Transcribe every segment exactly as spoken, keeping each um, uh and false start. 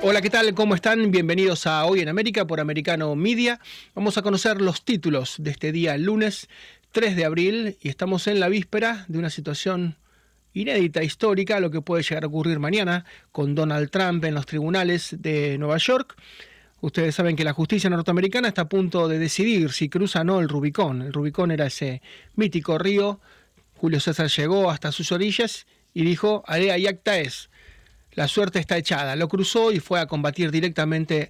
Hola, ¿qué tal? ¿Cómo están? Bienvenidos a Hoy en América por Americano Media. Vamos a conocer los títulos de este día, lunes tres de abril, y estamos en la víspera de una situación inédita, histórica, lo que puede llegar a ocurrir mañana con Donald Trump en los tribunales de Nueva York. Ustedes saben que la justicia norteamericana está a punto de decidir si cruza o no el Rubicón. El Rubicón era ese mítico río. Julio César llegó hasta sus orillas y dijo, area iacta es. La suerte está echada. Lo cruzó y fue a combatir directamente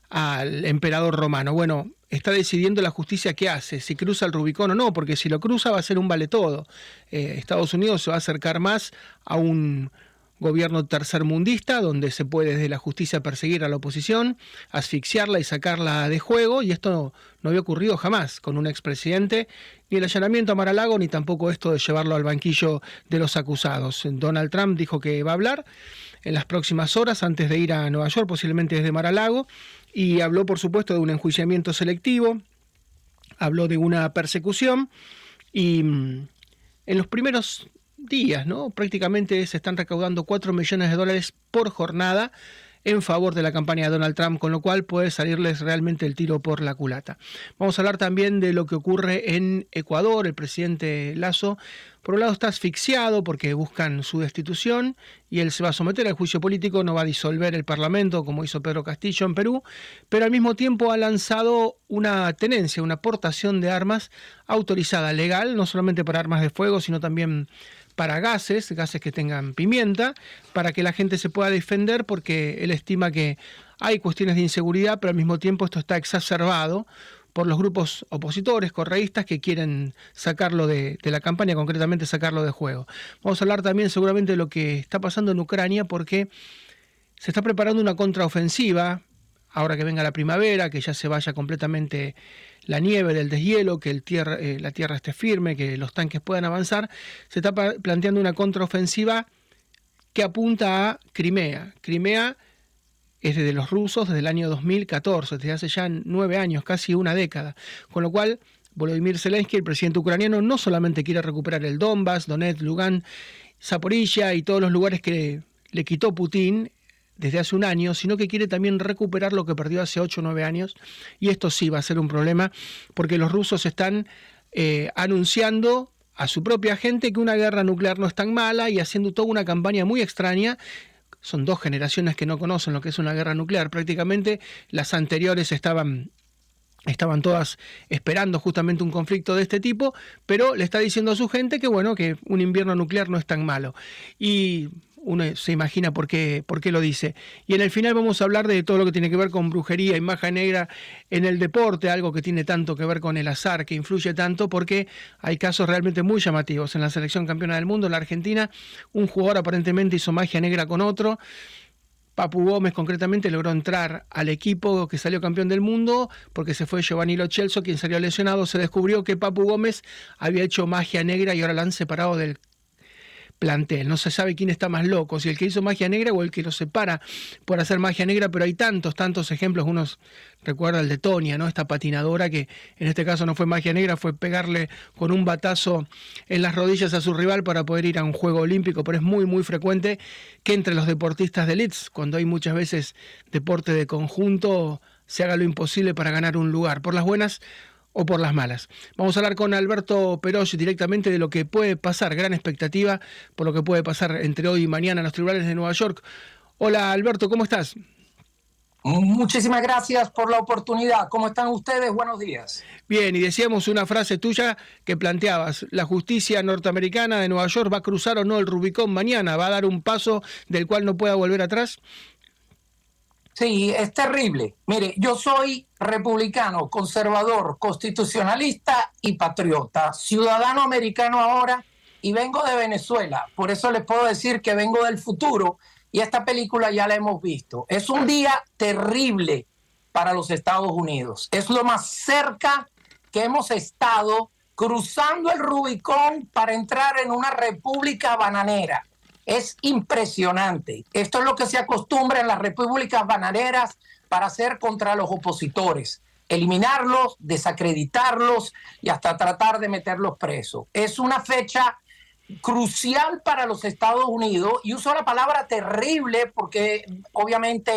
al emperador romano. Bueno, está decidiendo la justicia qué hace, si cruza el Rubicón o no, porque si lo cruza va a ser un vale todo. Eh, Estados Unidos se va a acercar más a un gobierno tercermundista, donde se puede desde la justicia perseguir a la oposición, asfixiarla y sacarla de juego, y esto no, no había ocurrido jamás con un expresidente, ni el allanamiento a Mar-a-Lago, ni tampoco esto de llevarlo al banquillo de los acusados. Donald Trump dijo que va a hablar en las próximas horas, antes de ir a Nueva York, posiblemente desde Mar-a-Lago, y habló, por supuesto, de un enjuiciamiento selectivo, habló de una persecución, y mmm, en los primeros días, ¿no? Prácticamente se están recaudando cuatro millones de dólares por jornada en favor de la campaña de Donald Trump, con lo cual puede salirles realmente el tiro por la culata. Vamos a hablar también de lo que ocurre en Ecuador. El presidente Lasso, por un lado, está asfixiado porque buscan su destitución y él se va a someter al juicio político, no va a disolver el Parlamento como hizo Pedro Castillo en Perú, pero al mismo tiempo ha lanzado una tenencia, una aportación de armas autorizada, legal, no solamente para armas de fuego, sino también para gases, gases que tengan pimienta, para que la gente se pueda defender, porque él estima que hay cuestiones de inseguridad, pero al mismo tiempo esto está exacerbado por los grupos opositores, correístas, que quieren sacarlo de, de la campaña, concretamente sacarlo de juego. Vamos a hablar también seguramente de lo que está pasando en Ucrania, porque se está preparando una contraofensiva, ahora que venga la primavera, que ya se vaya completamente la nieve del deshielo, que el tierra, eh, la tierra esté firme, que los tanques puedan avanzar. Se está planteando una contraofensiva que apunta a Crimea. Crimea es de los rusos desde el año dos mil catorce, desde hace ya nueve años, casi una década. Con lo cual, Volodymyr Zelensky, el presidente ucraniano, no solamente quiere recuperar el Donbass, Donetsk, Lugansk, Zaporizhia y todos los lugares que le quitó Putin desde hace un año, sino que quiere también recuperar lo que perdió hace ocho o nueve años, y esto sí va a ser un problema, porque los rusos están eh, anunciando a su propia gente que una guerra nuclear no es tan mala, y haciendo toda una campaña muy extraña. Son dos generaciones que no conocen lo que es una guerra nuclear, prácticamente las anteriores estaban... Estaban todas esperando justamente un conflicto de este tipo, pero le está diciendo a su gente que bueno, que un invierno nuclear no es tan malo. Y uno se imagina por qué, por qué lo dice. Y en el final vamos a hablar de todo lo que tiene que ver con brujería y magia negra en el deporte, algo que tiene tanto que ver con el azar, que influye tanto, porque hay casos realmente muy llamativos. En la selección campeona del mundo, la Argentina, un jugador aparentemente hizo magia negra con otro. Papu Gómez concretamente logró entrar al equipo que salió campeón del mundo porque se fue Giovanni Lo Celso, quien salió lesionado. Se descubrió que Papu Gómez había hecho magia negra y ahora la han separado del plantel. No se sabe quién está más loco, si el que hizo magia negra o el que lo separa por hacer magia negra, pero hay tantos, tantos ejemplos. Uno recuerda el de Tonia, ¿no? Esta patinadora que en este caso no fue magia negra, fue pegarle con un batazo en las rodillas a su rival para poder ir a un juego olímpico, pero es muy, muy frecuente que entre los deportistas de elite, cuando hay muchas veces deporte de conjunto, se haga lo imposible para ganar un lugar, por las buenas o por las malas. Vamos a hablar con Alberto Perosh directamente de lo que puede pasar, gran expectativa por lo que puede pasar entre hoy y mañana en los tribunales de Nueva York. Hola Alberto, ¿cómo estás? Muchísimas gracias por la oportunidad. ¿Cómo están ustedes? Buenos días. Bien, y decíamos una frase tuya que planteabas, la justicia norteamericana de Nueva York va a cruzar o no el Rubicón mañana, va a dar un paso del cual no pueda volver atrás. Sí, es terrible. Mire, yo soy republicano, conservador, constitucionalista y patriota, ciudadano americano ahora, y vengo de Venezuela. Por eso les puedo decir que vengo del futuro, y esta película ya la hemos visto. Es un día terrible para los Estados Unidos. Es lo más cerca que hemos estado cruzando el Rubicón para entrar en una república bananera. Es impresionante. Esto es lo que se acostumbra en las repúblicas bananeras para hacer contra los opositores. Eliminarlos, desacreditarlos y hasta tratar de meterlos presos. Es una fecha crucial para los Estados Unidos, y uso la palabra terrible porque obviamente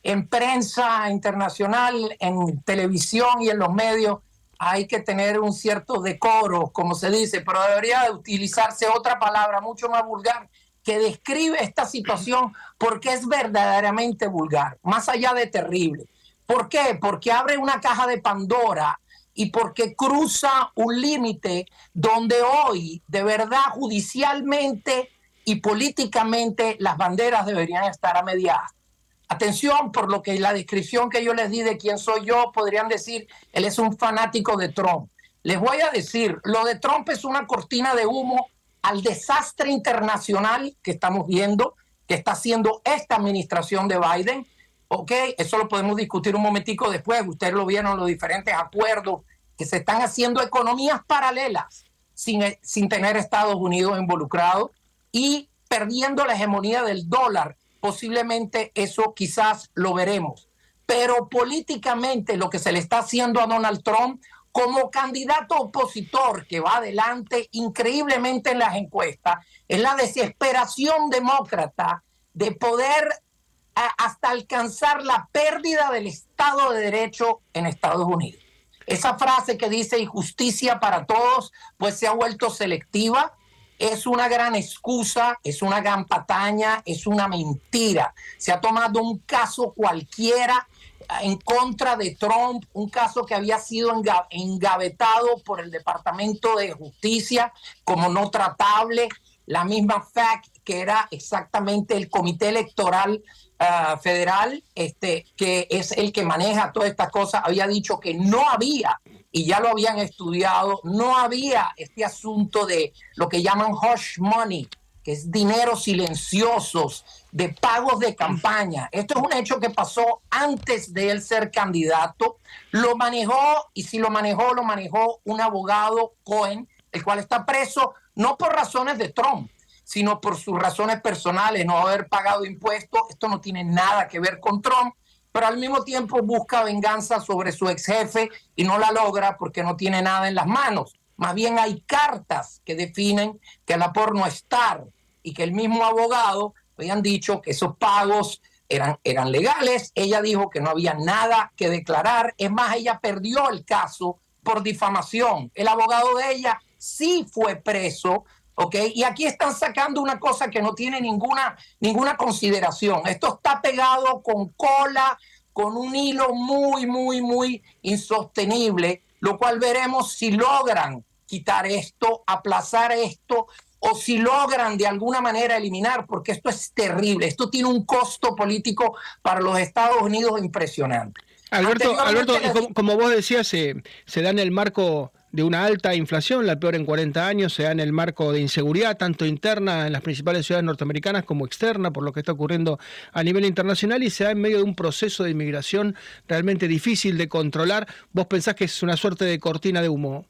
en prensa internacional, en televisión y en los medios, hay que tener un cierto decoro, como se dice, pero debería de utilizarse otra palabra mucho más vulgar que describe esta situación porque es verdaderamente vulgar, más allá de terrible. ¿Por qué? Porque abre una caja de Pandora y porque cruza un límite donde hoy, de verdad, judicialmente y políticamente, las banderas deberían estar a media asta. Atención, por lo que la descripción que yo les di de quién soy yo, podrían decir, él es un fanático de Trump. Les voy a decir, lo de Trump es una cortina de humo al desastre internacional que estamos viendo, que está haciendo esta administración de Biden. Ok, eso lo podemos discutir un momentico después. Ustedes lo vieron, los diferentes acuerdos que se están haciendo, economías paralelas sin, sin tener Estados Unidos involucrado y perdiendo la hegemonía del dólar. Posiblemente eso quizás lo veremos. Pero políticamente lo que se le está haciendo a Donald Trump como candidato opositor que va adelante increíblemente en las encuestas es la desesperación demócrata de poder a, hasta alcanzar la pérdida del Estado de Derecho en Estados Unidos. Esa frase que dice injusticia para todos, pues se ha vuelto selectiva. Es una gran excusa, es una gran pataña, es una mentira. Se ha tomado un caso cualquiera en contra de Trump, un caso que había sido engavetado por el Departamento de Justicia como no tratable, la misma F A C, que era exactamente el Comité Electoral uh, Federal, este, que es el que maneja todas estas cosas, había dicho que no había, y ya lo habían estudiado, no había este asunto de lo que llaman hush money, que es dinero silenciosos, de pagos de campaña. Esto es un hecho que pasó antes de él ser candidato. Lo manejó, y si lo manejó, lo manejó un abogado, Cohen, el cual está preso, no por razones de Trump, sino por sus razones personales, no haber pagado impuestos. Esto no tiene nada que ver con Trump, pero al mismo tiempo busca venganza sobre su ex jefe y no la logra porque no tiene nada en las manos. Más bien hay cartas que definen que la por no estar y que el mismo abogado habían dicho que esos pagos eran, eran legales. Ella dijo que no había nada que declarar. Es más, ella perdió el caso por difamación. El abogado de ella sí fue preso, ¿ok? Y aquí están sacando una cosa que no tiene ninguna, ninguna consideración. Esto está pegado con cola, con un hilo muy, muy, muy insostenible, lo cual veremos si logran quitar esto, aplazar esto, o si logran de alguna manera eliminar, porque esto es terrible. Esto tiene un costo político para los Estados Unidos impresionante. Alberto, Alberto y como, como vos decías, se, se da en el marco de una alta inflación, la peor en cuarenta años, se da en el marco de inseguridad, tanto interna en las principales ciudades norteamericanas como externa, por lo que está ocurriendo a nivel internacional, y se da en medio de un proceso de inmigración realmente difícil de controlar. ¿Vos pensás que es una suerte de cortina de humo?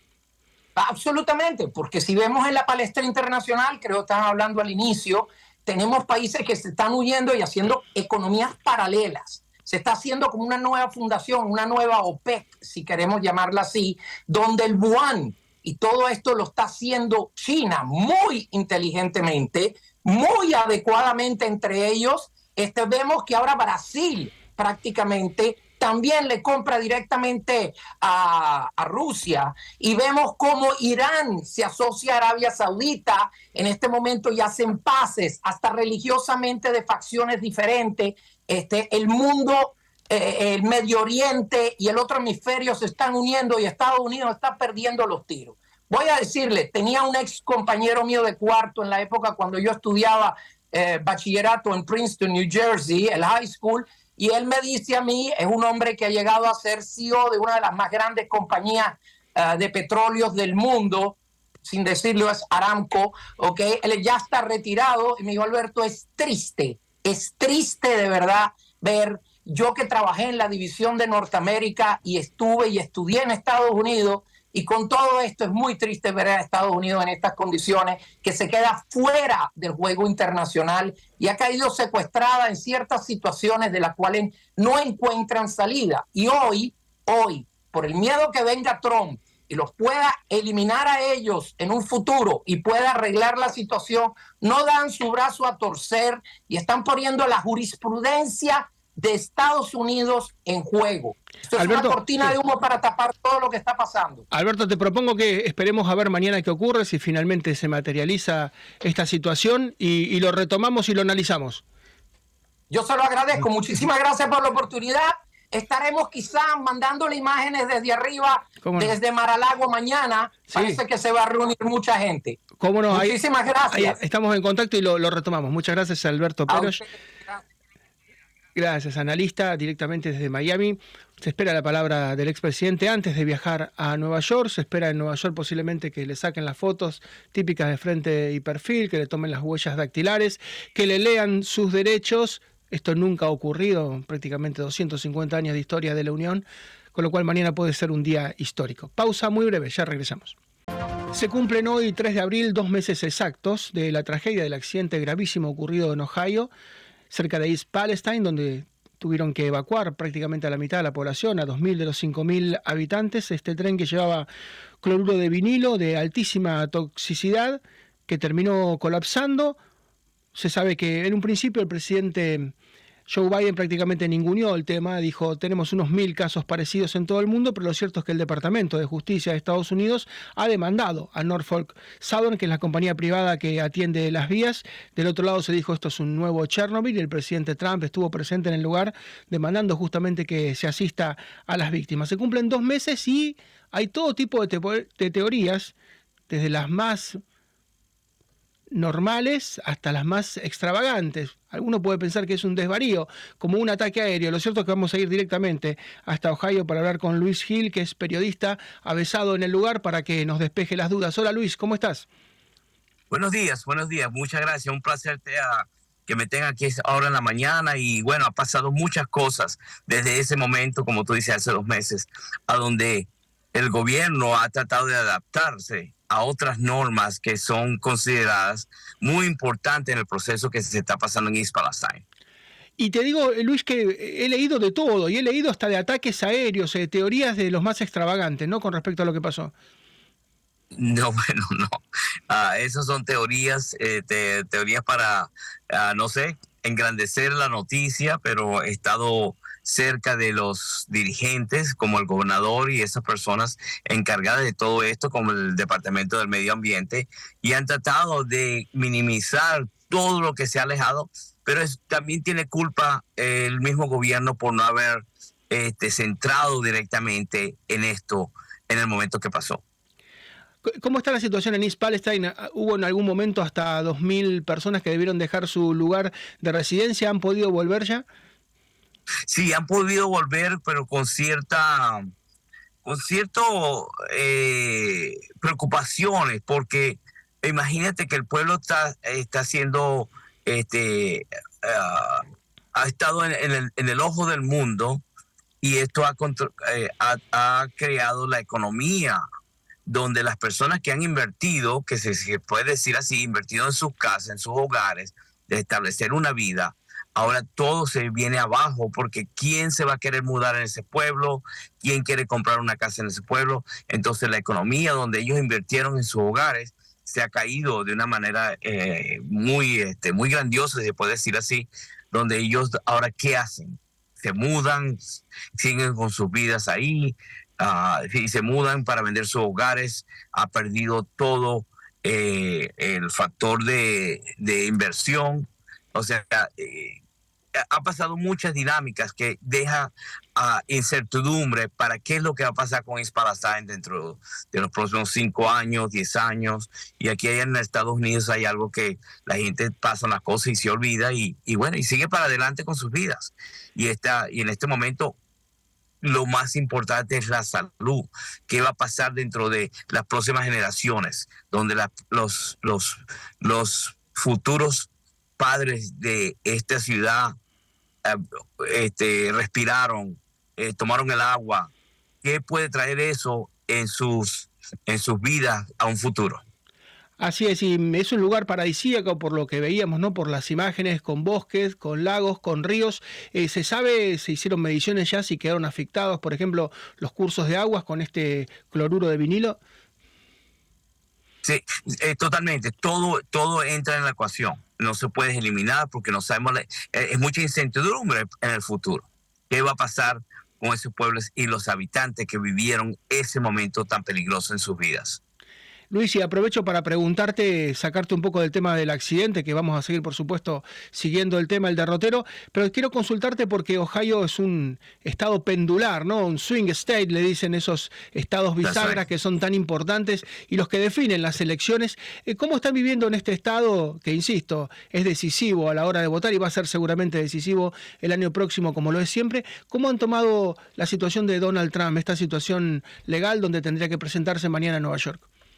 Absolutamente, porque si vemos en la palestra internacional, creo que estaban hablando al inicio, tenemos países que se están huyendo y haciendo economías paralelas. Se está haciendo como una nueva fundación, una nueva OPEC, si queremos llamarla así, donde el yuan y todo esto lo está haciendo China muy inteligentemente, muy adecuadamente entre ellos. Este, vemos que ahora Brasil prácticamente también le compra directamente a, a Rusia, y vemos cómo Irán se asocia a Arabia Saudita en este momento y hacen paces hasta religiosamente de facciones diferentes. Este, el mundo, eh, el Medio Oriente y el otro hemisferio se están uniendo y Estados Unidos está perdiendo los tiros. Voy a decirle, tenía un ex compañero mío de cuarto en la época cuando yo estudiaba eh, bachillerato en Princeton, New Jersey, el high school, y él me dice a mí, es un hombre que ha llegado a ser C E O de una de las más grandes compañías uh, de petróleos del mundo, sin decirlo es Aramco, ¿ok? Él ya está retirado y me dijo, Alberto, es triste, es triste de verdad ver, yo que trabajé en la división de Norteamérica y estuve y estudié en Estados Unidos, y con todo esto es muy triste ver a Estados Unidos en estas condiciones, que se queda fuera del juego internacional y ha caído secuestrada en ciertas situaciones de las cuales no encuentran salida. Y hoy, hoy, por el miedo que venga Trump y los pueda eliminar a ellos en un futuro y pueda arreglar la situación, no dan su brazo a torcer y están poniendo la jurisprudencia de Estados Unidos en juego. Esto es Alberto, una cortina de humo para tapar todo lo que está pasando. Alberto, te propongo que esperemos a ver mañana qué ocurre, si finalmente se materializa esta situación y, y lo retomamos y lo analizamos. Yo se lo agradezco. Muchísimas gracias por la oportunidad. Estaremos quizás mandándole imágenes desde arriba, no? desde Mar-a-Lago mañana. Sí. Parece que se va a reunir mucha gente. ¿Cómo no? Muchísimas ahí, gracias. Ahí estamos en contacto y lo, lo retomamos. Muchas gracias, Alberto Perosh. Gracias, analista directamente desde Miami. Se espera la palabra del expresidente antes de viajar a Nueva York. Se espera en Nueva York posiblemente que le saquen las fotos típicas de frente y perfil, que le tomen las huellas dactilares, que le lean sus derechos. Esto nunca ha ocurrido, prácticamente doscientos cincuenta años de historia de la Unión, con lo cual mañana puede ser un día histórico. Pausa muy breve, ya regresamos. Se cumplen hoy, tres de abril, dos meses exactos de la tragedia del accidente gravísimo ocurrido en Ohio, cerca de East Palestine, donde tuvieron que evacuar prácticamente a la mitad de la población, a dos mil de los cinco mil habitantes. Este tren que llevaba cloruro de vinilo de altísima toxicidad, que terminó colapsando. Se sabe que en un principio el presidente Joe Biden prácticamente ninguneó el tema, dijo tenemos unos mil casos parecidos en todo el mundo, pero lo cierto es que el Departamento de Justicia de Estados Unidos ha demandado a Norfolk Southern, que es la compañía privada que atiende las vías. Del otro lado se dijo esto es un nuevo Chernobyl y el presidente Trump estuvo presente en el lugar demandando justamente que se asista a las víctimas. Se cumplen dos meses y hay todo tipo de, te- de teorías, desde las más normales hasta las más extravagantes. Alguno puede pensar que es un desvarío, como un ataque aéreo. Lo cierto es que vamos a ir directamente hasta Ohio para hablar con Luis Gil, que es periodista avesado en el lugar, para que nos despeje las dudas. Hola Luis, ¿cómo estás? Buenos días, buenos días. Muchas gracias. Un placer te, a, que me tengan aquí ahora en la mañana. Y bueno, ha pasado muchas cosas desde ese momento, como tú dices, hace dos meses, a donde el gobierno ha tratado de adaptarse a otras normas que son consideradas muy importantes en el proceso que se está pasando en East Palestine. Y te digo, Luis, que he leído de todo, y he leído hasta de ataques aéreos, eh, teorías de los más extravagantes, ¿no?, con respecto a lo que pasó. No, bueno, no. Uh, esas son teorías, eh, te, teorías para, uh, no sé, engrandecer la noticia, pero he estado cerca de los dirigentes como el gobernador y esas personas encargadas de todo esto, como el Departamento del Medio Ambiente, y han tratado de minimizar todo lo que se ha alejado, pero es, también tiene culpa el mismo gobierno por no haber este, centrado directamente en esto en el momento que pasó. ¿Cómo está la situación en East Palestine? ¿Hubo en algún momento hasta dos mil personas que debieron dejar su lugar de residencia? ¿Han podido volver ya? Sí, han podido volver, pero con cierta, con cierto eh, preocupaciones, porque imagínate que el pueblo está, está siendo, este, uh, ha estado en, en, el, en el ojo del mundo, y esto ha, eh, ha, ha creado la economía donde las personas que han invertido, que se, se puede decir así, invertido en sus casas, en sus hogares, de establecer una vida, ahora todo se viene abajo, porque ¿quién se va a querer mudar en ese pueblo? ¿Quién quiere comprar una casa en ese pueblo? Entonces la economía donde ellos invirtieron en sus hogares se ha caído de una manera eh, muy, este, muy grandiosa, se puede decir así, donde ellos ahora ¿qué hacen? Se mudan, siguen con sus vidas ahí, uh, y se mudan para vender sus hogares. Ha perdido todo eh, el factor de, de inversión. O sea, eh, ha pasado muchas dinámicas que deja uh, incertidumbre para qué es lo que va a pasar con East Palestine dentro de los próximos cinco años, diez años. Y aquí en Estados Unidos hay algo que la gente pasa las cosas y se olvida y, y bueno, y sigue para adelante con sus vidas. Y, esta, y en este momento lo más importante es la salud. ¿Qué va a pasar dentro de las próximas generaciones? Donde la, los, los, los futuros padres de esta ciudad Este, respiraron, eh, tomaron el agua. ¿Qué puede traer eso en sus, en sus vidas a un futuro? Así es, y es un lugar paradisíaco por lo que veíamos, ¿no? Por las imágenes, con bosques, con lagos, con ríos. Eh, ¿Se sabe, se hicieron mediciones ya si quedaron afectados, por ejemplo, los cursos de aguas con este cloruro de vinilo? Sí, eh, totalmente. Todo, todo entra en la ecuación. no se puede eliminar porque no sabemos, la, es mucha incertidumbre en el futuro. ¿Qué va a pasar con esos pueblos y los habitantes que vivieron ese momento tan peligroso en sus vidas? Luis, y aprovecho para preguntarte, sacarte un poco del tema del accidente, que vamos a seguir, por supuesto, siguiendo el tema del derrotero, pero quiero consultarte porque Ohio es un estado pendular, ¿no? Un swing state, le dicen esos estados bisagras que son tan importantes y los que definen las elecciones. ¿Cómo están viviendo en este estado que, insisto, es decisivo a la hora de votar y va a ser seguramente decisivo el año próximo, como lo es siempre? ¿Cómo han tomado la situación de Donald Trump, esta situación legal donde tendría que presentarse mañana en Nueva York?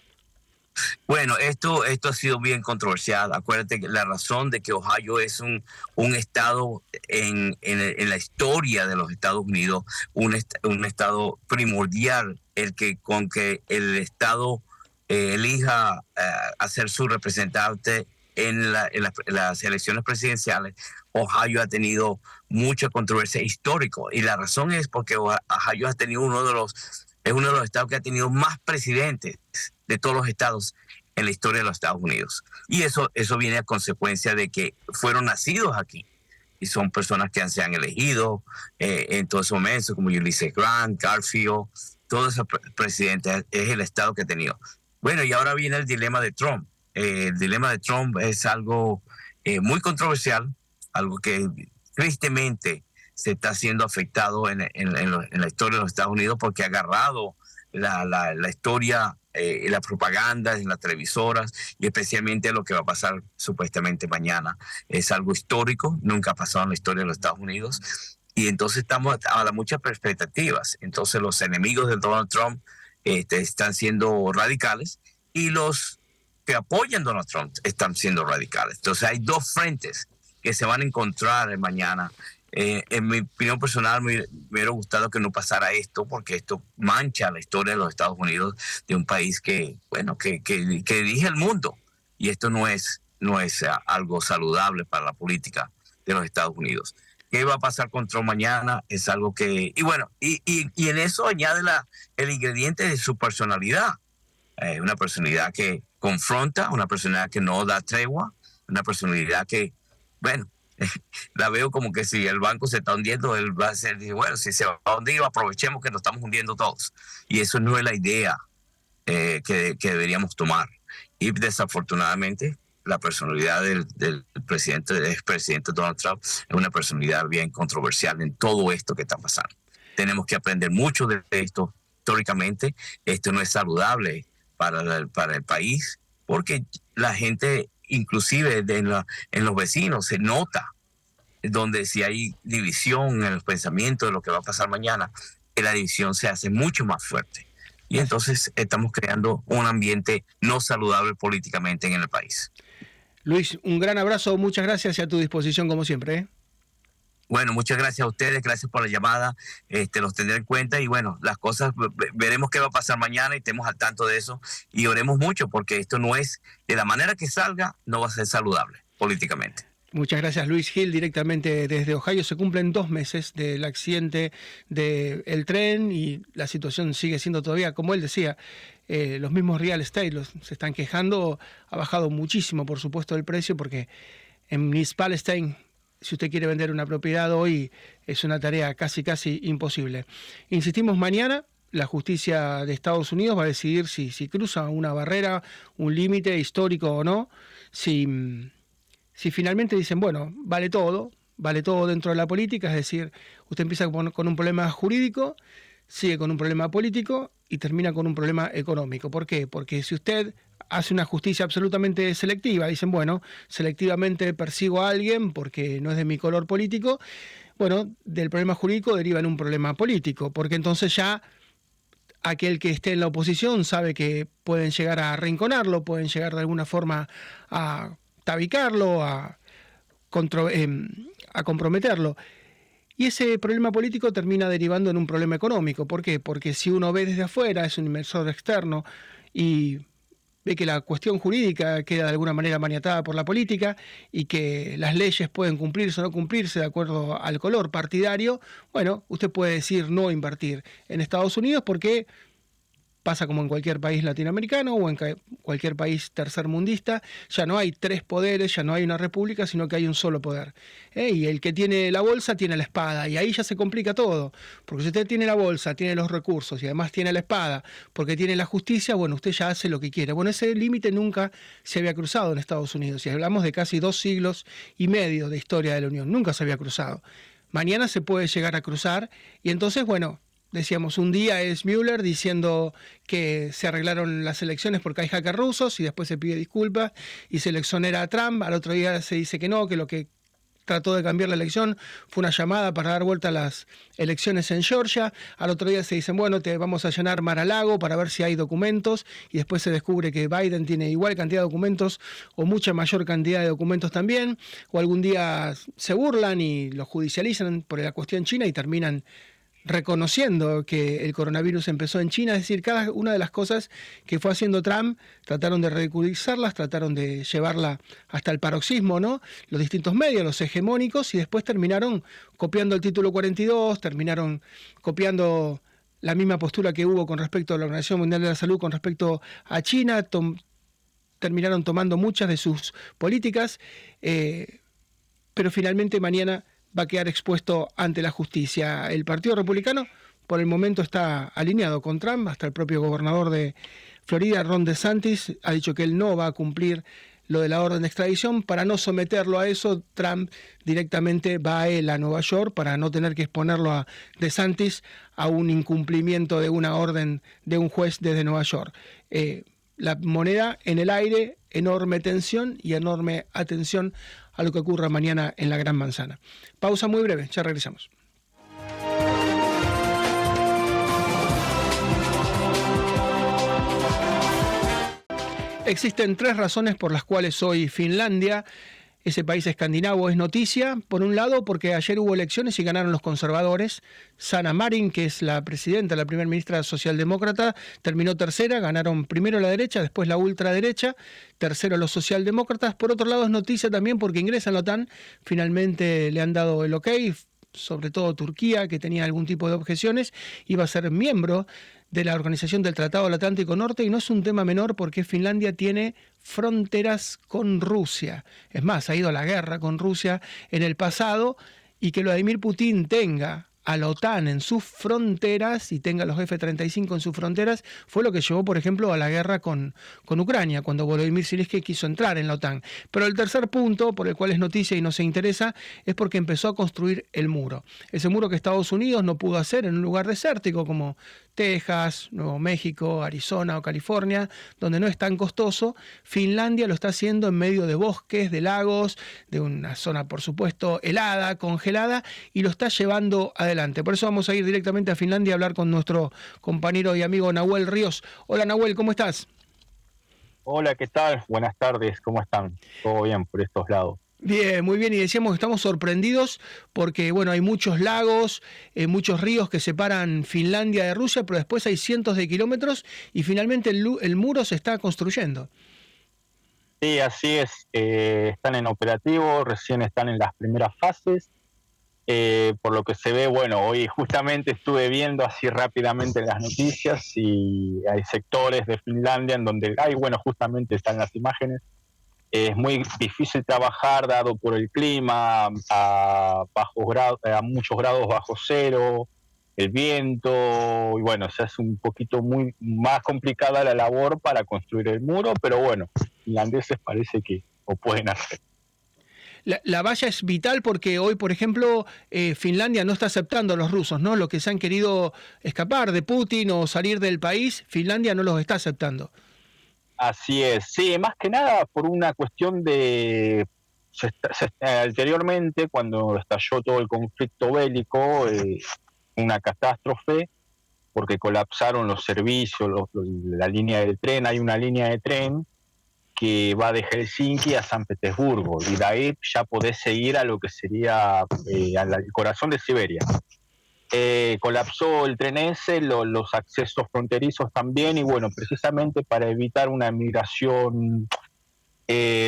Bueno, esto, esto ha sido bien controversial. Acuérdate que la razón de que Ohio es un, un estado en, en, en la historia de los Estados Unidos, un, est un estado primordial, el que con que el estado eh, elija eh, hacer su representante en, la, en, la, en las elecciones presidenciales. Ohio ha tenido mucha controversia histórica y la razón es porque Ohio ha tenido uno de los es uno de los estados que ha tenido más presidentes de todos los estados en la historia de los Estados Unidos. Y eso, eso viene a consecuencia de que fueron nacidos aquí. Y son personas que se han elegido eh, en todos esos momentos, como Ulysses Grant, Garfield, todos esos pre presidentes. Es el estado que ha tenido. Bueno, y ahora viene el dilema de Trump. Eh, el dilema de Trump es algo eh, muy controversial, algo que tristemente se está siendo afectado en, en, en, en la historia de los Estados Unidos porque ha agarrado la, la, la historia y eh, la propaganda en las televisoras y especialmente lo que va a pasar supuestamente mañana. Es algo histórico, nunca ha pasado en la historia de los Estados Unidos y entonces estamos a, a muchas expectativas. Entonces los enemigos de Donald Trump este, están siendo radicales y los que apoyan a Donald Trump están siendo radicales. Entonces hay dos frentes que se van a encontrar mañana. Eh, en mi opinión personal me, me hubiera gustado que no pasara esto porque esto mancha la historia de los Estados Unidos, de un país que, bueno, que, que, que dirige el mundo y esto no es, no es uh, algo saludable para la política de los Estados Unidos. ¿Qué va a pasar con Trump mañana? Es algo que... Y bueno, y, y, y en eso añade la, el ingrediente de su personalidad. Eh, una personalidad que confronta, una personalidad que no da tregua, una personalidad que, bueno, la veo como que si el banco se está hundiendo, él va a ser, bueno, si se va a hundir, aprovechemos que nos estamos hundiendo todos. Y eso no es la idea eh, que, que deberíamos tomar. Y desafortunadamente, la personalidad del, del presidente, del expresidente Donald Trump, es una personalidad bien controversial en todo esto que está pasando. Tenemos que aprender mucho de esto históricamente. Esto no es saludable para el, para el país, porque la gente... inclusive de la, en los vecinos se nota donde si hay división en los pensamientos de lo que va a pasar mañana, la división se hace mucho más fuerte y entonces estamos creando un ambiente no saludable políticamente en el país. Luis, un gran abrazo, muchas gracias y a tu disposición como siempre, ¿eh? Bueno, muchas gracias a ustedes, gracias por la llamada, este, los tendré en cuenta y bueno, las cosas, veremos qué va a pasar mañana y estemos al tanto de eso y oremos mucho porque esto no es, de la manera que salga, no va a ser saludable políticamente. Muchas gracias, Luis Gil, directamente desde Ohio. Se cumplen dos meses del accidente del tren y la situación sigue siendo todavía, como él decía, eh, los mismos real estate los, se están quejando, ha bajado muchísimo, por supuesto, el precio porque en East Palestine, si usted quiere vender una propiedad hoy, es una tarea casi, casi imposible. Insistimos, mañana la justicia de Estados Unidos va a decidir si, si cruza una barrera, un límite histórico o no. Si, si finalmente dicen, bueno, vale todo, vale todo dentro de la política, es decir, usted empieza con, con un problema jurídico, sigue con un problema político y termina con un problema económico. ¿Por qué? Porque si usted hace una justicia absolutamente selectiva, dicen, bueno, selectivamente persigo a alguien porque no es de mi color político, bueno, del problema jurídico deriva en un problema político, porque entonces ya aquel que esté en la oposición sabe que pueden llegar a arrinconarlo, pueden llegar de alguna forma a tabicarlo, a, contro eh, a comprometerlo. Y ese problema político termina derivando en un problema económico. ¿Por qué? Porque si uno ve desde afuera, es un inversor externo y ve que la cuestión jurídica queda de alguna manera maniatada por la política y que las leyes pueden cumplirse o no cumplirse de acuerdo al color partidario, bueno, usted puede decir no invertir en Estados Unidos porque pasa como en cualquier país latinoamericano o en cualquier país tercermundista, ya no hay tres poderes, ya no hay una república, sino que hay un solo poder. ¿Eh? Y el que tiene la bolsa tiene la espada, y ahí ya se complica todo, porque si usted tiene la bolsa, tiene los recursos y además tiene la espada, porque tiene la justicia, bueno, usted ya hace lo que quiere. Bueno, ese límite nunca se había cruzado en Estados Unidos, y hablamos de casi dos siglos y medio de historia de la Unión, nunca se había cruzado. Mañana se puede llegar a cruzar, y entonces, bueno, decíamos, un día es Mueller diciendo que se arreglaron las elecciones porque hay hackers rusos y después se pide disculpas y se le exonera a Trump. Al otro día se dice que no, que lo que trató de cambiar la elección fue una llamada para dar vuelta a las elecciones en Georgia. Al otro día se dicen, bueno, te vamos a llenar Mar-a-Lago para ver si hay documentos, y después se descubre que Biden tiene igual cantidad de documentos o mucha mayor cantidad de documentos también. O algún día se burlan y lo judicializan por la cuestión china y terminan reconociendo que el coronavirus empezó en China. Es decir, cada una de las cosas que fue haciendo Trump, trataron de ridiculizarlas, trataron de llevarla hasta el paroxismo, ¿no? Los distintos medios, los hegemónicos, y después terminaron copiando el título cuarenta y dos, terminaron copiando la misma postura que hubo con respecto a la Organización Mundial de la Salud con respecto a China, tom- terminaron tomando muchas de sus políticas, eh, pero finalmente mañana va a quedar expuesto ante la justicia. El Partido Republicano por el momento está alineado con Trump, hasta el propio gobernador de Florida, Ron DeSantis, ha dicho que él no va a cumplir lo de la orden de extradición. Para no someterlo a eso, Trump directamente va a él a Nueva York para no tener que exponerlo a DeSantis a un incumplimiento de una orden de un juez desde Nueva York. Eh, la moneda en el aire, enorme tensión y enorme atención a lo que ocurra mañana en la Gran Manzana. Pausa muy breve, ya regresamos. Existen tres razones por las cuales hoy Finlandia, ese país escandinavo, es noticia. Por un lado, porque ayer hubo elecciones y ganaron los conservadores. Sanna Marin, que es la presidenta, la primera ministra socialdemócrata, terminó tercera. Ganaron primero la derecha, después la ultraderecha, tercero los socialdemócratas. Por otro lado, es noticia también porque ingresa en la OTAN. Finalmente le han dado el ok, sobre todo Turquía, que tenía algún tipo de objeciones, iba a ser miembro de la Organización del Tratado del Atlántico Norte, y no es un tema menor porque Finlandia tiene fronteras con Rusia. Es más, ha ido a la guerra con Rusia en el pasado, y que Vladimir Putin tenga a la OTAN en sus fronteras y tenga los F treinta y cinco en sus fronteras fue lo que llevó, por ejemplo, a la guerra con, con Ucrania, cuando Volodymyr Zelensky quiso entrar en la OTAN. Pero el tercer punto, por el cual es noticia y no se interesa, es porque empezó a construir el muro. Ese muro que Estados Unidos no pudo hacer en un lugar desértico como Texas, Nuevo México, Arizona o California, donde no es tan costoso. Finlandia lo está haciendo en medio de bosques, de lagos, de una zona, por supuesto, helada, congelada, y lo está llevando adelante. Por eso vamos a ir directamente a Finlandia a hablar con nuestro compañero y amigo Nahuel Ríos. Hola Nahuel, ¿cómo estás? Hola, ¿qué tal? Buenas tardes, ¿cómo están? ¿Todo bien por estos lados? Bien, muy bien, y decíamos que estamos sorprendidos porque, bueno, hay muchos lagos, eh, muchos ríos que separan Finlandia de Rusia, pero después hay cientos de kilómetros y finalmente el, el muro se está construyendo. Sí, así es, eh, están en operativo, recién están en las primeras fases, eh, por lo que se ve, bueno, hoy justamente estuve viendo así rápidamente las noticias y hay sectores de Finlandia en donde hay, bueno, justamente están las imágenes. Es muy difícil trabajar dado por el clima, a, bajos grados, a muchos grados bajo cero, el viento, y bueno, se hace un poquito muy más complicada la labor para construir el muro, pero bueno, finlandeses parece que lo pueden hacer. La, la valla es vital porque hoy, por ejemplo, eh, Finlandia no está aceptando a los rusos, ¿no? Los que se han querido escapar de Putin o salir del país, Finlandia no los está aceptando. Así es, sí, más que nada por una cuestión de... Se, se, anteriormente, cuando estalló todo el conflicto bélico, eh, una catástrofe, porque colapsaron los servicios, los, la línea del tren, hay una línea de tren que va de Helsinki a San Petersburgo, y de ahí ya podés seguir a lo que sería eh, al corazón de Siberia. Eh, colapsó el tren ese, lo, los accesos fronterizos también, y bueno, precisamente para evitar una migración, eh,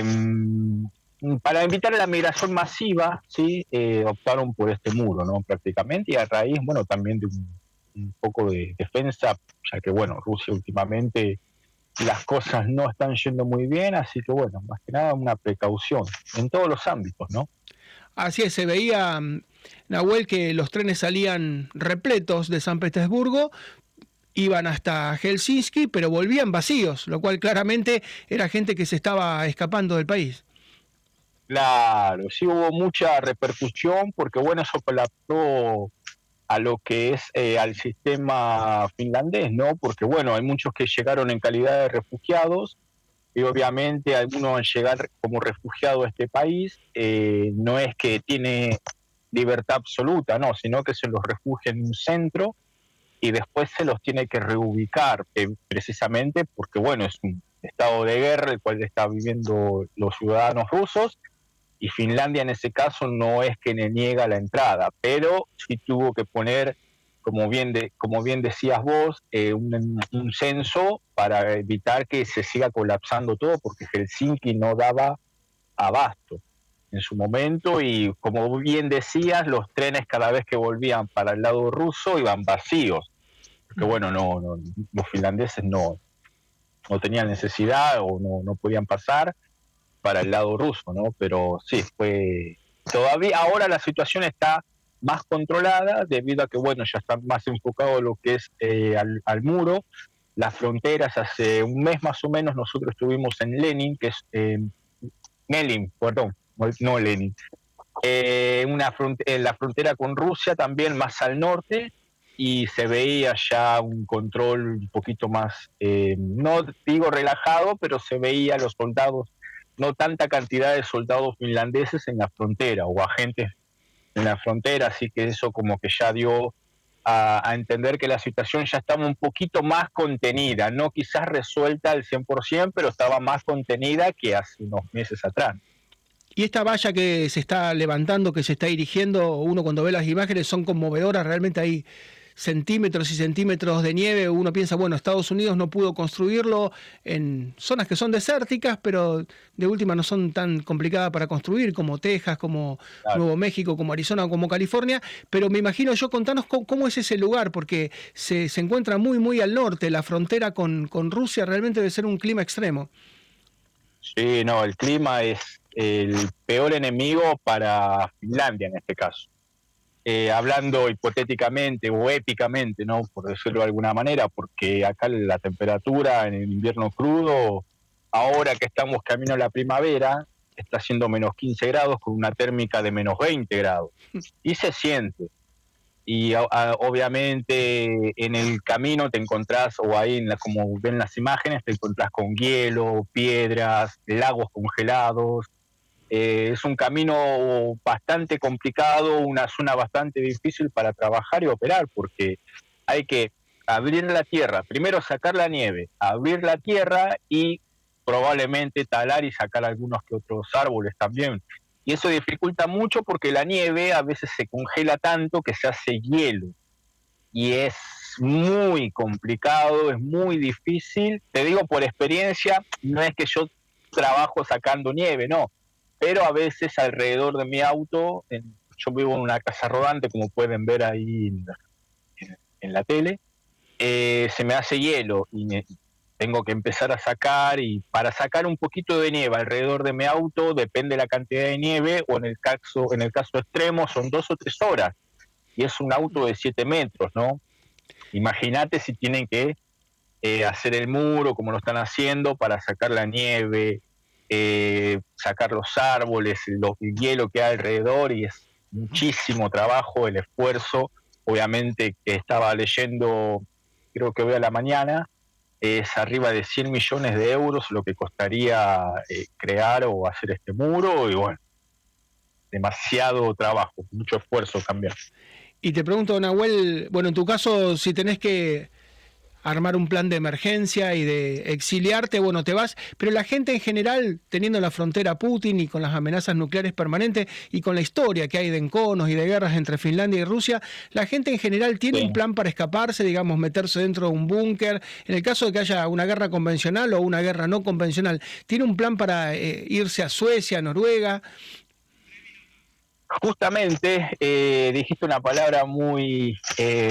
para evitar la migración masiva, ¿sí? eh, optaron por este muro, ¿no? Prácticamente, y a raíz, bueno, también de un, un poco de defensa, ya que bueno, Rusia últimamente las cosas no están yendo muy bien, así que bueno, más que nada una precaución en todos los ámbitos, ¿no? Así es, se veía, Nahuel, que los trenes salían repletos de San Petersburgo, iban hasta Helsinki, pero volvían vacíos, lo cual claramente era gente que se estaba escapando del país. Claro, sí hubo mucha repercusión porque bueno, eso colapsó a lo que es eh, al sistema finlandés, ¿no? Porque bueno, hay muchos que llegaron en calidad de refugiados y obviamente algunos al llegar como refugiado a este país eh, no es que tiene libertad absoluta, no, sino que se los refugia en un centro y después se los tiene que reubicar, eh, precisamente porque bueno, es un estado de guerra el cual están viviendo los ciudadanos rusos y Finlandia en ese caso no es que le niega la entrada, pero sí tuvo que poner, como bien, de, como bien decías vos, eh, un, un censo para evitar que se siga colapsando todo, porque Helsinki no daba abasto en su momento y como bien decías, los trenes cada vez que volvían para el lado ruso iban vacíos, porque bueno, no, no los finlandeses no, no tenían necesidad o no, no podían pasar para el lado ruso, ¿no? Pero sí, fue... Todavía ahora la situación está más controlada debido a que, bueno, ya está más enfocado lo que es eh, al, al muro, las fronteras. Hace un mes más o menos nosotros estuvimos en Lenin, que es... Eh, Melin, perdón, no Lenin. Eh, una front en la frontera con Rusia también más al norte y se veía ya un control un poquito más, eh, no digo relajado, pero se veía los soldados, no tanta cantidad de soldados finlandeses en la frontera o agentes en la frontera, así que eso como que ya dio a, a entender que la situación ya estaba un poquito más contenida, no quizás resuelta al cien por ciento, pero estaba más contenida que hace unos meses atrás. Y esta valla que se está levantando, que se está erigiendo, uno cuando ve las imágenes son conmovedoras, realmente hay centímetros y centímetros de nieve. Uno piensa, bueno, Estados Unidos no pudo construirlo en zonas que son desérticas, pero de última no son tan complicadas para construir, como Texas, como claro. Nuevo México, como Arizona o como California. Pero me imagino yo, contanos cómo, cómo es ese lugar, porque se, se encuentra muy, muy al norte, la frontera con, con Rusia realmente debe ser un clima extremo. Sí, no, el clima es el peor enemigo para Finlandia en este caso. Eh, hablando hipotéticamente o épicamente, ¿no? Por decirlo de alguna manera, porque acá la temperatura en el invierno crudo, ahora que estamos camino a la primavera, está haciendo menos quince grados con una térmica de menos veinte grados. Y se siente. Y a, a, obviamente en el camino te encontrás, o ahí en la, como ven las imágenes, te encontrás con hielo, piedras, lagos congelados. Eh, es un camino bastante complicado, una zona bastante difícil para trabajar y operar, porque hay que abrir la tierra, primero sacar la nieve, abrir la tierra y probablemente talar y sacar algunos que otros árboles también. Y eso dificulta mucho porque la nieve a veces se congela tanto que se hace hielo. Y es muy complicado, es muy difícil. Te digo por experiencia, no es que yo trabajo sacando nieve, no. Pero a veces alrededor de mi auto, en, yo vivo en una casa rodante, como pueden ver ahí en, en, en la tele, eh, se me hace hielo y me, tengo que empezar a sacar, y para sacar un poquito de nieve alrededor de mi auto, depende de la cantidad de nieve, o en el caso, en el caso extremo son dos o tres horas, y es un auto de siete metros, ¿no? Imagínate si tienen que eh, hacer el muro, como lo están haciendo, para sacar la nieve, Eh, sacar los árboles, los, el hielo que hay alrededor, y es muchísimo trabajo, el esfuerzo. Obviamente que estaba leyendo, creo que hoy a la mañana, es arriba de cien millones de euros lo que costaría eh, crear o hacer este muro, y bueno, demasiado trabajo, mucho esfuerzo cambiar. Y te pregunto, Nahuel, bueno, en tu caso, si tenés que armar un plan de emergencia y de exiliarte, bueno, te vas, pero la gente en general, teniendo la frontera Putin y con las amenazas nucleares permanentes y con la historia que hay de enconos y de guerras entre Finlandia y Rusia, la gente en general tiene sí. un plan para escaparse, digamos, meterse dentro de un búnker. En el caso de que haya una guerra convencional o una guerra no convencional, ¿tiene un plan para eh, irse a Suecia, a Noruega? Justamente eh, dijiste una palabra muy... Eh,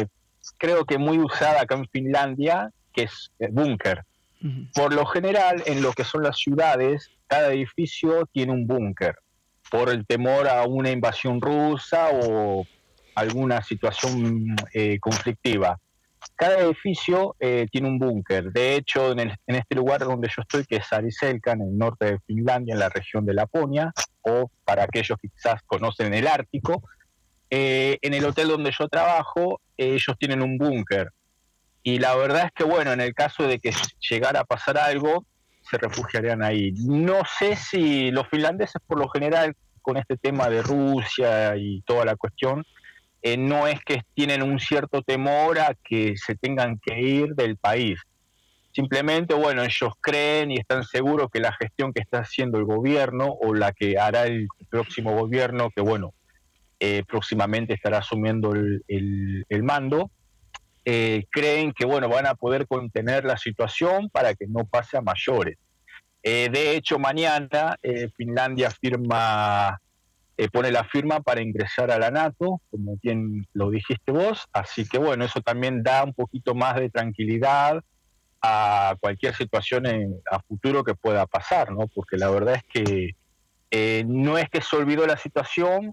creo que muy usada acá en Finlandia, que es el búnker. Uh-huh. Por lo general, en lo que son las ciudades, cada edificio tiene un búnker, por el temor a una invasión rusa o alguna situación eh, conflictiva. Cada edificio eh, tiene un búnker. De hecho, en, el, en este lugar donde yo estoy, que es Ariselka, en el norte de Finlandia, en la región de Laponia, o para aquellos que quizás conocen el Ártico, eh, en el hotel donde yo trabajo, eh, ellos tienen un búnker. Y la verdad es que, bueno, en el caso de que llegara a pasar algo, se refugiarían ahí. No sé si los finlandeses, por lo general, con este tema de Rusia y toda la cuestión, eh, no es que tienen un cierto temor a que se tengan que ir del país. Simplemente, bueno, ellos creen y están seguros que la gestión que está haciendo el gobierno o la que hará el próximo gobierno, que, bueno, eh, próximamente estará asumiendo el, el, el mando, eh, creen que, bueno, van a poder contener la situación para que no pase a mayores. Eh, de hecho, mañana eh, Finlandia firma, eh, pone la firma para ingresar a la NATO, como bien lo dijiste vos, así que bueno, eso también da un poquito más de tranquilidad a cualquier situación en, a futuro que pueda pasar, ¿no? Porque la verdad es que eh, no es que se olvidó la situación,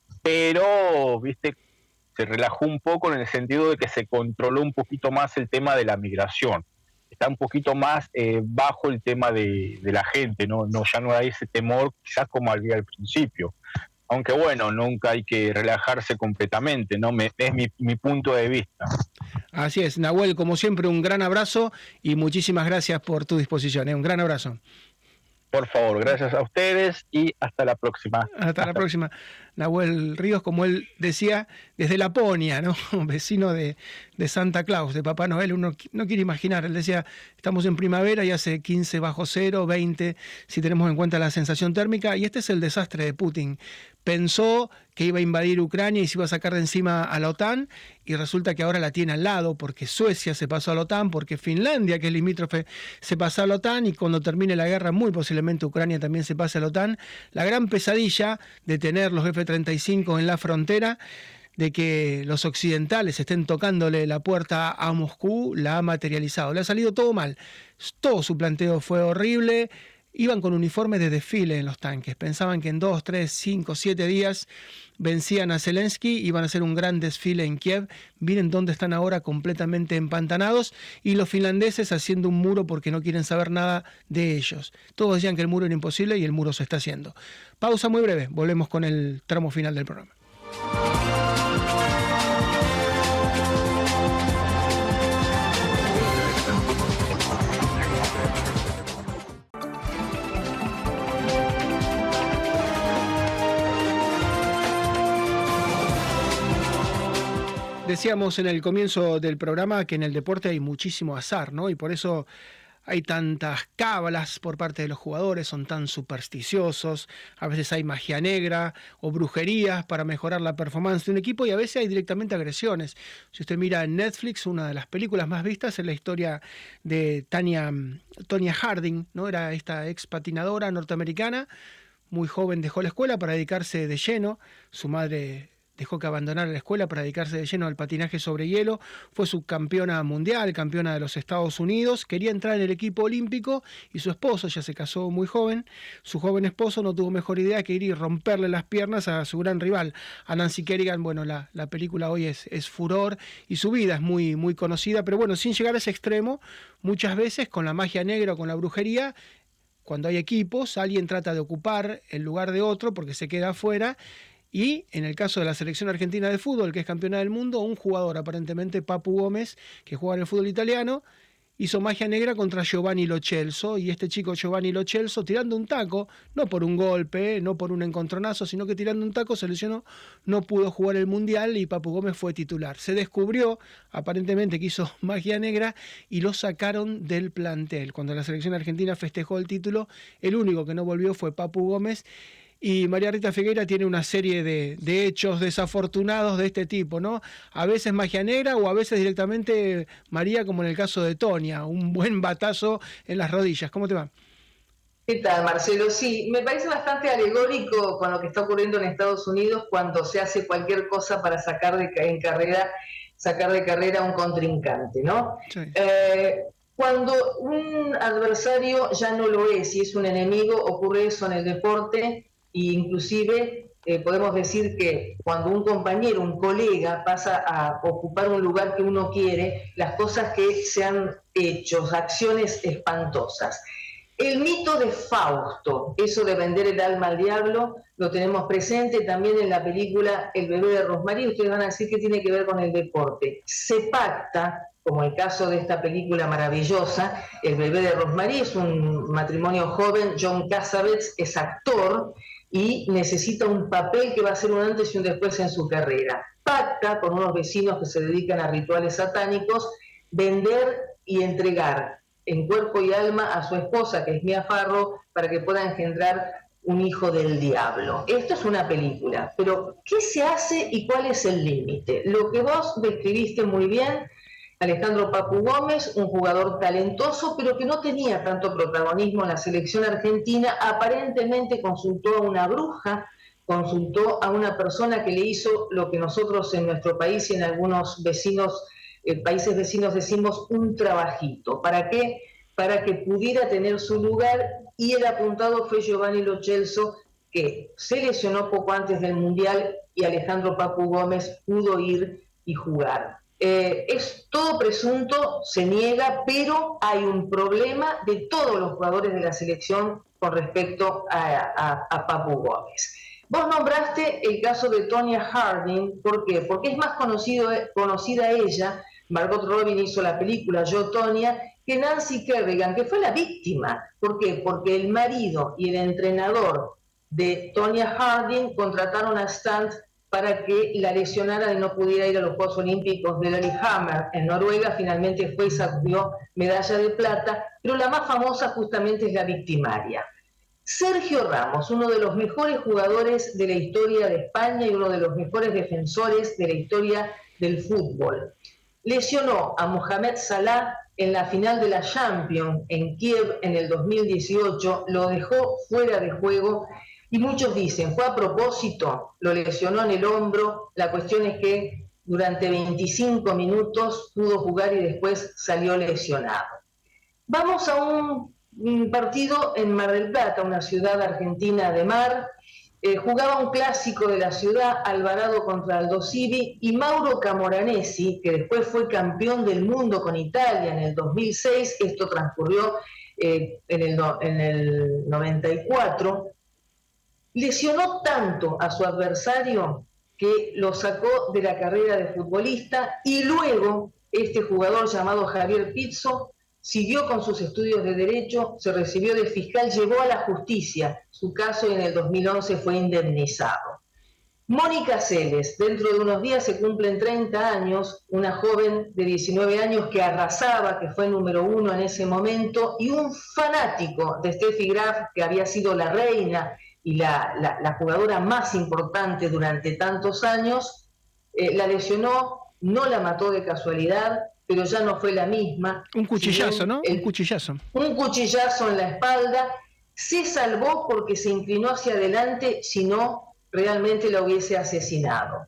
pero, viste, se relajó un poco en el sentido de que se controló un poquito más el tema de la migración. Está un poquito más eh, bajo el tema de, de la gente, ¿no? No, ya no hay ese temor quizás como había al principio. Aunque bueno, nunca hay que relajarse completamente, ¿no? Me, es mi, mi punto de vista. Así es, Nahuel, como siempre, un gran abrazo y muchísimas gracias por tu disposición, ¿eh? Un gran abrazo. Por favor, gracias a ustedes y hasta la próxima. Hasta, hasta la próxima. Nahuel Ríos, como él decía, desde Laponia, ¿no? Vecino de, de Santa Claus, de Papá Noel. Uno no quiere imaginar, él decía, estamos en primavera y hace quince bajo cero, veinte, si tenemos en cuenta la sensación térmica, y este es el desastre de Putin. Pensó que iba a invadir Ucrania y se iba a sacar de encima a la OTAN, y resulta que ahora la tiene al lado, porque Suecia se pasó a la OTAN, porque Finlandia, que es limítrofe, se pasó a la OTAN, y cuando termine la guerra, muy posiblemente Ucrania también se pase a la OTAN. La gran pesadilla de tener los F treinta y cinco en la frontera, de que los occidentales estén tocándole la puerta a Moscú, la ha materializado. Le ha salido todo mal. Todo su planteo fue horrible. Iban con uniformes de desfile en los tanques. Pensaban que en dos, tres, cinco, siete días vencían a Zelensky, iban a hacer un gran desfile en Kiev. Miren dónde están ahora, completamente empantanados, y los finlandeses haciendo un muro porque no quieren saber nada de ellos. Todos decían que el muro era imposible y el muro se está haciendo. Pausa muy breve, volvemos con el tramo final del programa. Decíamos en el comienzo del programa que en el deporte hay muchísimo azar, ¿no? Y por eso hay tantas cábalas por parte de los jugadores, son tan supersticiosos, a veces hay magia negra o brujerías para mejorar la performance de un equipo, y a veces hay directamente agresiones. Si usted mira en Netflix, una de las películas más vistas es la historia de Tanya, Tonya Harding, ¿no? Era esta ex patinadora norteamericana, muy joven dejó la escuela para dedicarse de lleno, su madre dejó que abandonara la escuela para dedicarse de lleno al patinaje sobre hielo, fue subcampeona mundial, campeona de los Estados Unidos, quería entrar en el equipo olímpico y su esposo, ya se casó muy joven, su joven esposo no tuvo mejor idea que ir y romperle las piernas a su gran rival, a Nancy Kerrigan. Bueno, la, la película hoy es, es furor y su vida es muy, muy conocida, pero bueno, sin llegar a ese extremo, muchas veces con la magia negra o con la brujería, cuando hay equipos, alguien trata de ocupar el lugar de otro porque se queda afuera. Y en el caso de la selección argentina de fútbol, que es campeona del mundo, un jugador, aparentemente Papu Gómez, que juega en el fútbol italiano, hizo magia negra contra Giovanni Lo Celso, y este chico Giovanni Lo Celso, tirando un taco, no por un golpe, no por un encontronazo, sino que tirando un taco se lesionó, no pudo jugar el Mundial y Papu Gómez fue titular. Se descubrió, aparentemente, que hizo magia negra y lo sacaron del plantel. Cuando la selección argentina festejó el título, el único que no volvió fue Papu Gómez. Y María Rita Figueira tiene una serie de, de hechos desafortunados de este tipo, ¿no? A veces magia negra o a veces directamente María, como en el caso de Tonya, un buen batazo en las rodillas. ¿Cómo te va? ¿Qué tal, Marcelo? Sí, me parece bastante alegórico con lo que está ocurriendo en Estados Unidos cuando se hace cualquier cosa para sacar de en carrera sacar de carrera a un contrincante, ¿no? Sí. Eh, cuando un adversario ya no lo es y es un enemigo, ocurre eso en el deporte, e inclusive eh, podemos decir que cuando un compañero, un colega pasa a ocupar un lugar que uno quiere, las cosas que se han hecho, acciones espantosas. El mito de Fausto, eso de vender el alma al diablo, lo tenemos presente también en la película El bebé de Rosmarie. Ustedes van a decir que tiene que ver con el deporte. Se pacta, como el caso de esta película maravillosa, El bebé de Rosmarie, es un matrimonio joven, John Cassavetes es actor y necesita un papel que va a ser un antes y un después en su carrera. Pacta con unos vecinos que se dedican a rituales satánicos, vender y entregar en cuerpo y alma a su esposa, que es Mia Farrow, para que pueda engendrar un hijo del diablo. Esto es una película, pero ¿qué se hace y cuál es el límite? Lo que vos describiste muy bien, Alejandro Papu Gómez, un jugador talentoso, pero que no tenía tanto protagonismo en la selección argentina, aparentemente consultó a una bruja, consultó a una persona que le hizo lo que nosotros en nuestro país y en algunos vecinos, eh, países vecinos decimos un trabajito. ¿Para qué? Para que pudiera tener su lugar, y el apuntado fue Giovanni Lo Celso, que se lesionó poco antes del Mundial y Alejandro Papu Gómez pudo ir y jugar. Eh, es todo presunto, se niega, pero hay un problema de todos los jugadores de la selección con respecto a, a, a Papu Gómez. Vos nombraste el caso de Tonya Harding. ¿Por qué? Porque es más conocido, conocida ella, Margot Robin hizo la película Yo, Tonya, que Nancy Kerrigan, que fue la víctima. ¿Por qué? Porque el marido y el entrenador de Tonya Harding contrataron a Stunt para que la lesionara y no pudiera ir a los Juegos Olímpicos de Lillehammer en Noruega. Finalmente fue y sacudió medalla de plata, pero la más famosa justamente es la victimaria. Sergio Ramos, uno de los mejores jugadores de la historia de España y uno de los mejores defensores de la historia del fútbol, lesionó a Mohamed Salah en la final de la Champions en Kiev en el dos mil dieciocho, lo dejó fuera de juego. Y muchos dicen, fue a propósito, lo lesionó en el hombro. La cuestión es que durante veinticinco minutos pudo jugar y después salió lesionado. Vamos a un, un partido en Mar del Plata, una ciudad argentina de mar. Eh, jugaba un clásico de la ciudad, Alvarado contra Aldo Civi, y Mauro Camoranesi, que después fue campeón del mundo con Italia en el dos mil seis, esto transcurrió eh, en, el, en el noventa y cuatro, lesionó tanto a su adversario que lo sacó de la carrera de futbolista, y luego este jugador llamado Javier Pizzo siguió con sus estudios de Derecho, se recibió de fiscal, llevó a la justicia su caso y en el dos mil once fue indemnizado. Mónica Seles, dentro de unos días se cumplen treinta años, una joven de diecinueve años que arrasaba, que fue número uno en ese momento, y un fanático de Steffi Graf, que había sido la reina y la, la, la jugadora más importante durante tantos años, eh, la lesionó, no la mató de casualidad, pero ya no fue la misma. Un cuchillazo, ¿no? El, un cuchillazo. Un cuchillazo en la espalda. Se salvó porque se inclinó hacia adelante, si no, realmente la hubiese asesinado.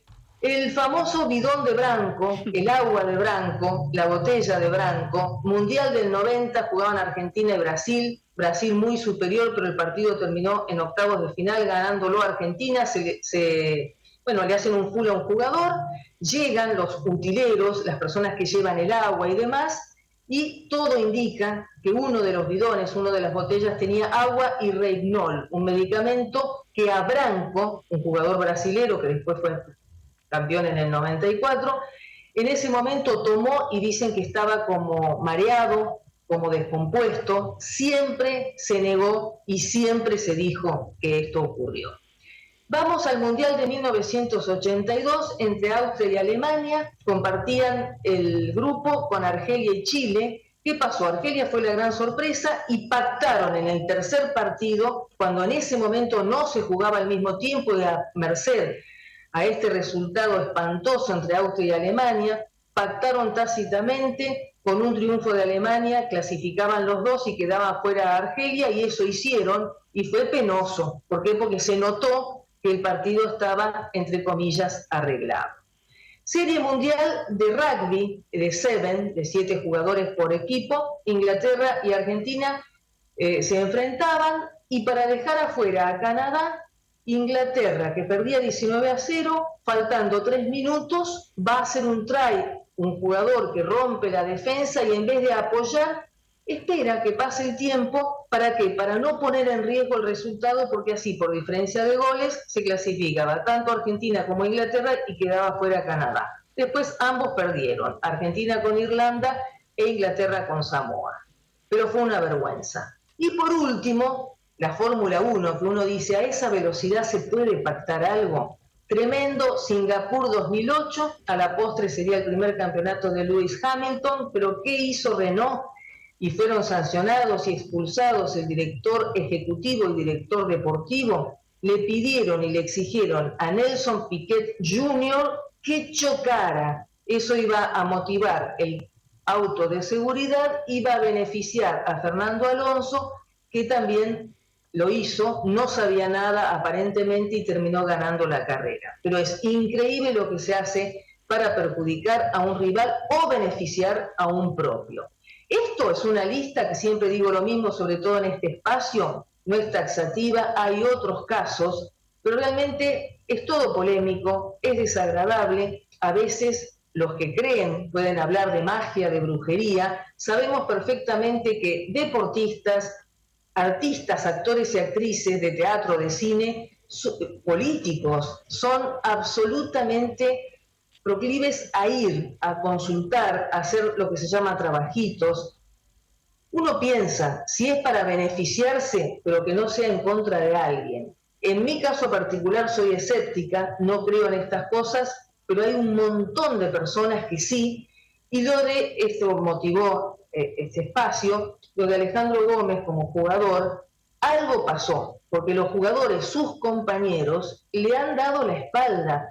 El famoso bidón de Branco, el agua de Branco, la botella de Branco, Mundial del noventa, jugaban Argentina y Brasil, Brasil muy superior, pero el partido terminó en octavos de final ganándolo a Argentina. Se, se, bueno, le hacen un full a un jugador, llegan los utileros, las personas que llevan el agua y demás, y todo indica que uno de los bidones, una de las botellas tenía agua y Reynol, un medicamento que a Branco, un jugador brasilero que después fue campeón en el noventa y cuatro, en ese momento tomó y dicen que estaba como mareado, como descompuesto. Siempre se negó y siempre se dijo que esto ocurrió. Vamos al Mundial de mil novecientos ochenta y dos, entre Austria y Alemania, compartían el grupo con Argelia y Chile. ¿Qué pasó? Argelia fue la gran sorpresa y pactaron en el tercer partido, cuando en ese momento no se jugaba al mismo tiempo y a merced a este resultado espantoso entre Austria y Alemania, pactaron tácitamente, con un triunfo de Alemania clasificaban los dos y quedaba fuera Argelia, y eso hicieron, y fue penoso. ¿Por qué? Porque se notó que el partido estaba, entre comillas, arreglado. Serie Mundial de Rugby de Seven, de siete jugadores por equipo. Inglaterra y Argentina eh, se enfrentaban, y para dejar afuera a Canadá, Inglaterra, que perdía diecinueve a cero, faltando tres minutos, va a hacer un try, un jugador que rompe la defensa y en vez de apoyar, espera que pase el tiempo. ¿Para qué? Para no poner en riesgo el resultado, porque así, por diferencia de goles, se clasificaba tanto Argentina como Inglaterra y quedaba fuera Canadá. Después ambos perdieron, Argentina con Irlanda e Inglaterra con Samoa. Pero fue una vergüenza. Y por último, la Fórmula uno, que uno dice, ¿a esa velocidad se puede pactar algo? Tremendo, Singapur dos mil ocho, a la postre sería el primer campeonato de Lewis Hamilton, pero ¿qué hizo Renault? Y fueron sancionados y expulsados el director ejecutivo y director deportivo. Le pidieron y le exigieron a Nelson Piquet junior que chocara. Eso iba a motivar el auto de seguridad, iba a beneficiar a Fernando Alonso, que también lo hizo, no sabía nada aparentemente y terminó ganando la carrera. Pero es increíble lo que se hace para perjudicar a un rival o beneficiar a un propio. Esto es una lista que siempre digo lo mismo, sobre todo en este espacio, no es taxativa, hay otros casos, pero realmente es todo polémico, es desagradable. A veces los que creen pueden hablar de magia, de brujería. Sabemos perfectamente que deportistas, artistas, actores y actrices de teatro, de cine, políticos, son absolutamente proclives a ir, a consultar, a hacer lo que se llama trabajitos. Uno piensa, si es para beneficiarse, pero que no sea en contra de alguien. En mi caso particular soy escéptica, no creo en estas cosas, pero hay un montón de personas que sí, y lo de, esto motivó eh, este espacio, lo de Alejandro Gómez como jugador, algo pasó, porque los jugadores, sus compañeros, le han dado la espalda,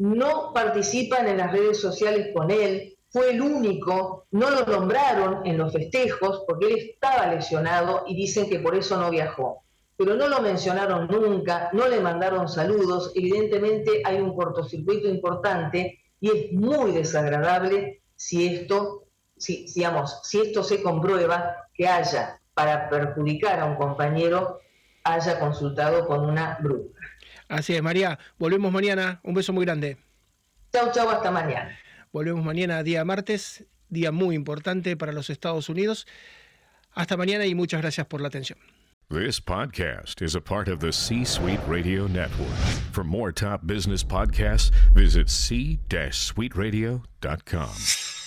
no participan en las redes sociales con él, fue el único, no lo nombraron en los festejos porque él estaba lesionado y dicen que por eso no viajó. Pero no lo mencionaron nunca, no le mandaron saludos, evidentemente hay un cortocircuito importante y es muy desagradable si esto, si, digamos, si esto se comprueba, que haya, para perjudicar a un compañero, haya consultado con una bruja. Así es, María. Volvemos mañana. Un beso muy grande. Chau, chau, hasta mañana. Volvemos mañana, día martes, día muy importante para los Estados Unidos. Hasta mañana y muchas gracias por la atención. This podcast is a part of the C-Suite Radio Network. For more top business podcasts, visit c suite radio dot com.